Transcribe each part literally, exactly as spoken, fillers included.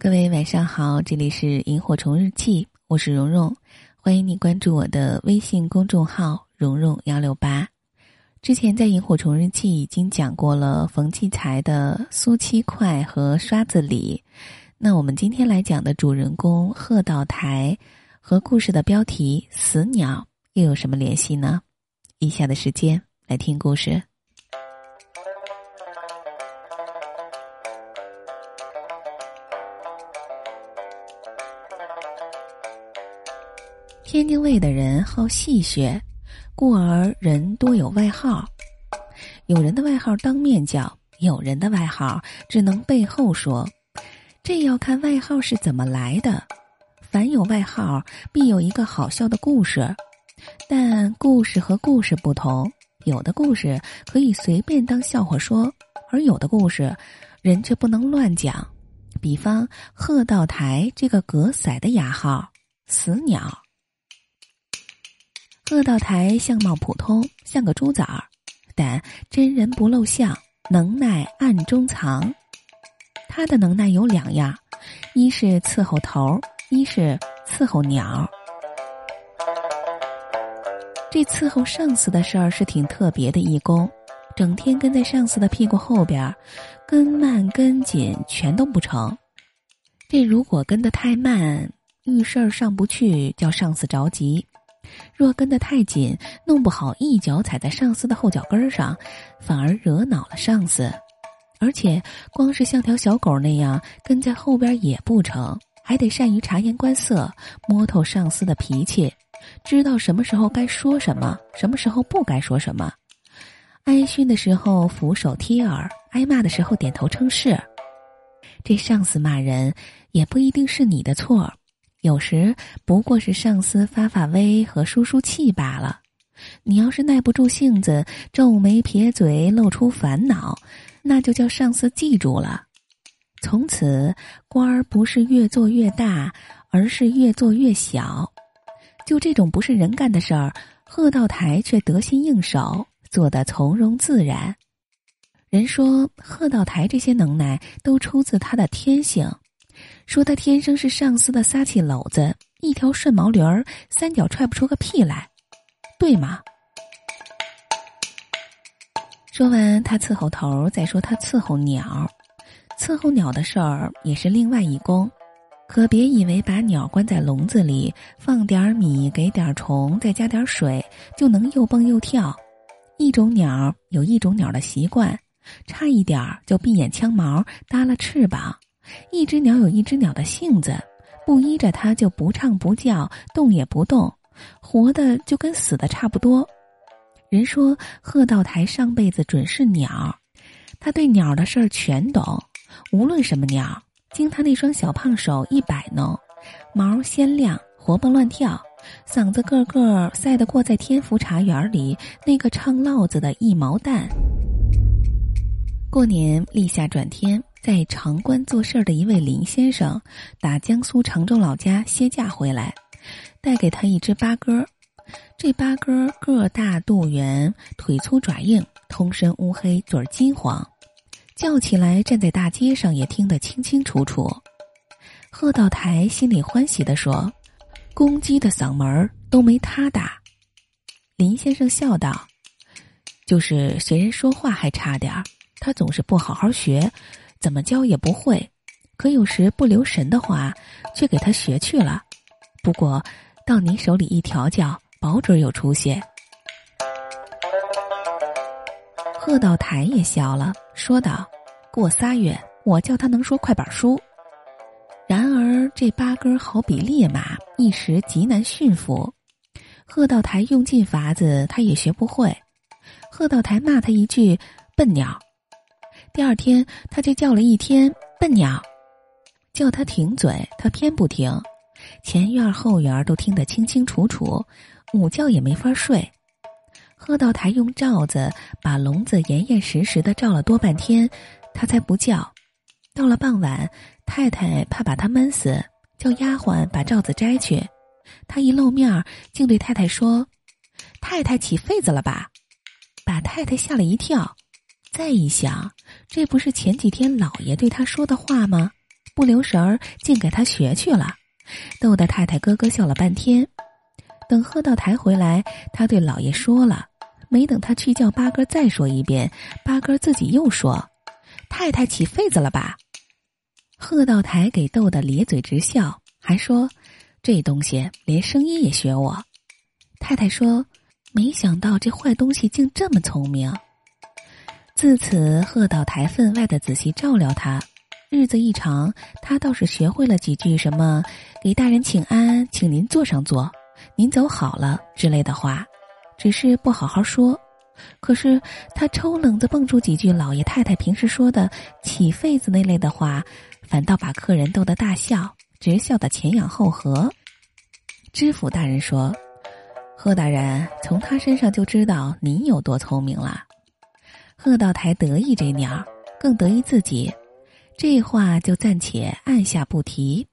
各位晚上好，这里是萤火虫日记，我是蓉蓉，欢迎你关注我的微信公众号蓉蓉一六八。之前在萤火虫日记已经讲过了冯骥才的苏七块和刷子李，那我们今天来讲的主人公贺道台和故事的标题死鸟又有什么联系呢？以下的时间来听故事。天津卫的人好戏谑，故而人多有外号。有人的外号当面叫，有人的外号只能背后说，这要看外号是怎么来的。凡有外号必有一个好笑的故事，但故事和故事不同，有的故事可以随便当笑话说，而有的故事人却不能乱讲。比方贺道台这个格色的雅号死鸟。贺道台相貌普通，像个猪崽儿，但真人不露相，能耐暗中藏。他的能耐有两样，一是伺候头，一是伺候鸟。这伺候上司的事儿是挺特别的一功，整天跟在上司的屁股后边，跟慢跟紧全都不成。这如果跟得太慢，遇事儿上不去，叫上司着急；若跟得太紧，弄不好一脚踩在上司的后脚跟上，反而惹恼了上司。而且光是像条小狗那样跟在后边也不成，还得善于察言观色，摸透上司的脾气，知道什么时候该说什么，什么时候不该说什么。挨训的时候俯首贴耳，挨骂的时候点头称是。这上司骂人也不一定是你的错，有时不过是上司发发威和舒舒气罢了。你要是耐不住性子，皱眉撇嘴，露出烦恼，那就叫上司记住了。从此官儿不是越做越大，而是越做越小。就这种不是人干的事儿，贺道台却得心应手，做得从容自然。人说贺道台这些能耐都出自他的天性，说他天生是上司的撒气篓子，一条顺毛驴儿，三脚踹不出个屁来，对吗？说完他伺候头，再说他伺候鸟。伺候鸟的事儿也是另外一功，可别以为把鸟关在笼子里，放点米，给点虫，再加点水，就能又蹦又跳。一种鸟有一种鸟的习惯，差一点就闭眼枪毛，耷了翅膀。一只鸟有一只鸟的性子，不依着它就不唱不叫，动也不动，活的就跟死的差不多。人说贺道台上辈子准是鸟，他对鸟的事儿全懂，无论什么鸟，经他那双小胖手一摆弄，毛鲜亮，活蹦乱跳，嗓子个个赛得过在天福茶园里那个唱烙子的一毛蛋。过年立夏转天，在长关做事的一位林先生打江苏常州老家歇假回来，带给他一只八哥。这八哥个大肚圆，腿粗爪硬，通身乌黑，嘴儿金黄，叫起来站在大街上也听得清清楚楚。贺道台心里欢喜地说，公鸡的嗓门都没他大。林先生笑道，就是学人说话还差点儿，他总是不好好学，怎么教也不会，可有时不留神的话却给他学去了，不过到你手里一调教，保准有出息。贺道台也笑了，说道，过仨月我叫他能说快板书。然而这八哥好比烈马，一时极难驯服，贺道台用尽法子他也学不会。贺道台骂他一句笨鸟，第二天他就叫了一天笨鸟，叫他停嘴他偏不停，前院后院都听得清清楚楚，午觉也没法睡。贺道台用罩子把笼子严严实实地罩了多半天，他才不叫。到了傍晚，太太怕把他闷死，叫丫鬟把罩子摘去。他一露面，竟对太太说，太太起痱子了吧？把太太吓了一跳。再一想，这不是前几天老爷对他说的话吗？ 不留神儿竟给他学去了，逗得太太咯咯笑了半天。等贺道台回来，他对老爷说了，没等他去叫八哥再说一遍，八哥自己又说：“太太起痱子了吧？”贺道台给逗得咧嘴直笑，还说：“这东西连声音也学我。”太太说：“没想到这坏东西竟这么聪明。”自此，贺道台分外的仔细照料他。日子一长，他倒是学会了几句什么“给大人请安，请您坐上坐，您走好了”之类的话，只是不好好说。可是他抽冷子蹦出几句老爷太太平时说的起痱子那类的话，反倒把客人逗得大笑，直笑得前仰后合。知府大人说：“贺大人，从他身上就知道您有多聪明了。”贺道台得意这鸟，更得意自己，这话就暂且按下不提。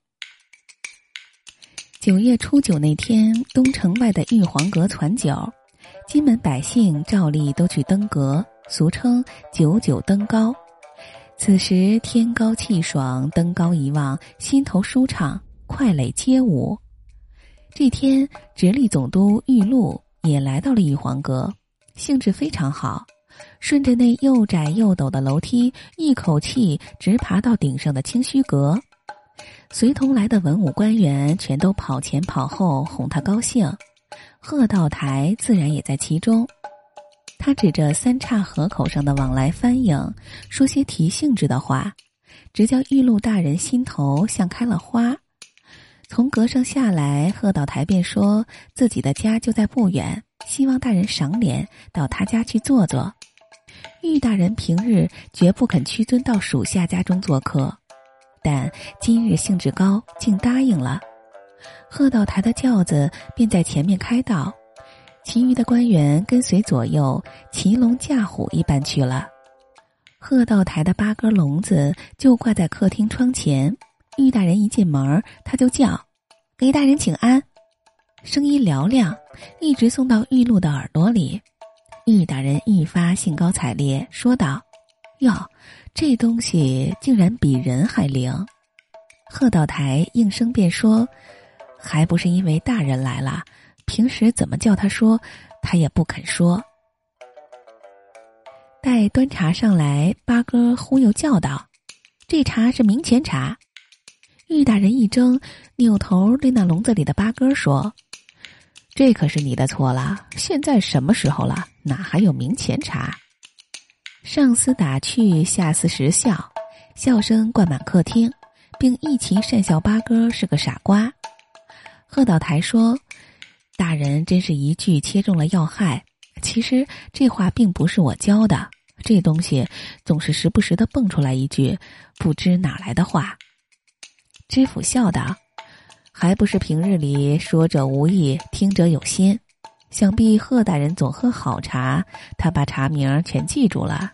九月初九那天，东城外的玉皇阁传酒，金门百姓照例都去登阁，俗称九九登高。此时天高气爽，登高一望，心头舒畅，快垒街舞。这天，直隶总督玉露也来到了玉皇阁，兴致非常好，顺着那又窄又陡的楼梯，一口气直爬到顶上的清虚阁。随同来的文武官员全都跑前跑后哄他高兴，贺道台自然也在其中。他指着三岔河口上的往来帆影，说些提兴致的话，直叫玉露大人心头像开了花。从阁上下来，贺道台便说自己的家就在不远，希望大人赏脸到他家去坐坐。玉大人平日绝不肯屈尊到属下家中做客，但今日兴致高，竟答应了。贺道台的轿子便在前面开道，其余的官员跟随左右，骑龙驾虎一般去了。贺道台的八根笼子就挂在客厅窗前，玉大人一进门，他就叫：“给大人请安。”声音嘹亮，一直送到玉露的耳朵里。玉大人愈发兴高采烈，说道：“哟，这东西竟然比人还灵。”贺道台应声便说：“还不是因为大人来了，平时怎么叫他说，他也不肯说。”待端茶上来，八哥忽又叫道：“这茶是明前茶。”玉大人一怔，扭头对那笼子里的八哥说：“这可是你的错了，现在什么时候了，哪还有明前茶？”上司打趣，下司实笑，笑声灌满客厅，并一齐讪笑八哥是个傻瓜。贺道台说：“大人真是一句切中了要害，其实这话并不是我教的，这东西总是时不时地蹦出来一句不知哪来的话。”知府笑道：“还不是平日里说者无意，听者有心。想必贺大人总喝好茶，他把茶名全记住了。”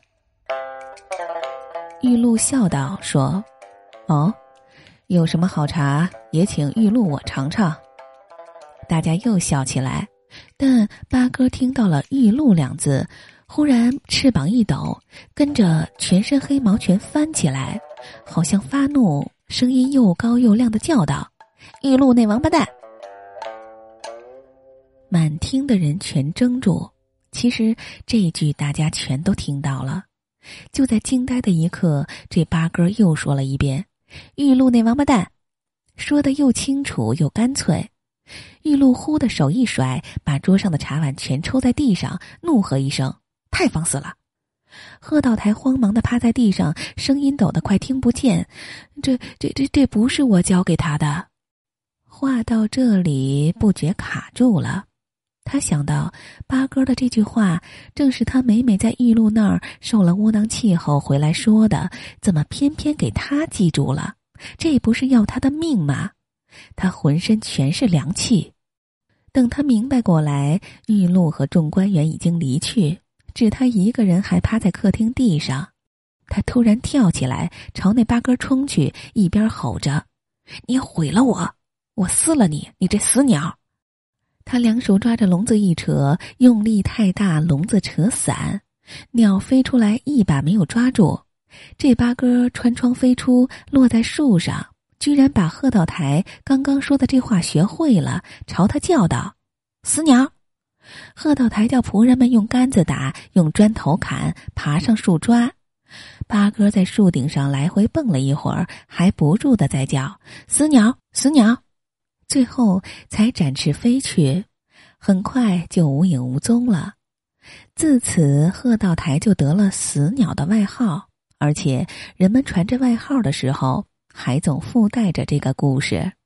玉露笑道说：“哦，有什么好茶，也请玉露我尝尝。”大家又笑起来，但八哥听到了玉露两字，忽然翅膀一抖，跟着全身黑毛全翻起来，好像发怒，声音又高又亮地叫道：“玉露那王八蛋！”满厅的人全怔住，其实这一句大家全都听到了。就在惊呆的一刻，这八哥又说了一遍：“玉露那王八蛋！”说得又清楚又干脆。玉露忽的手一甩，把桌上的茶碗全抽在地上，怒喝一声：“太放肆了！”贺道台慌忙地趴在地上，声音抖得快听不见：“这这这这不是我教给他的。”话到这里不觉卡住了，他想到八哥的这句话正是他每每在玉露那儿受了窝囊气后回来说的，怎么偏偏给他记住了？这不是要他的命吗？他浑身全是凉气。等他明白过来，玉露和众官员已经离去，只他一个人还趴在客厅地上。他突然跳起来，朝那八哥冲去，一边吼着：“你毁了我！我撕了你，你这死鸟！”他两手抓着笼子一扯，用力太大，笼子扯散，鸟飞出来一把没有抓住， 这八哥穿窗飞出，落在树上，居然把贺道台刚刚说的这话学会了，朝他叫道：“死鸟！”贺道台叫仆人们用杆子打，用砖头砍，爬上树抓。八哥在树顶上来回蹦了一会儿，还不住地在叫：“死鸟，死鸟！”最后才展翅飞去，很快就无影无踪了。自此，贺道台就得了死鸟的外号，而且人们传这外号的时候，还总附带着这个故事。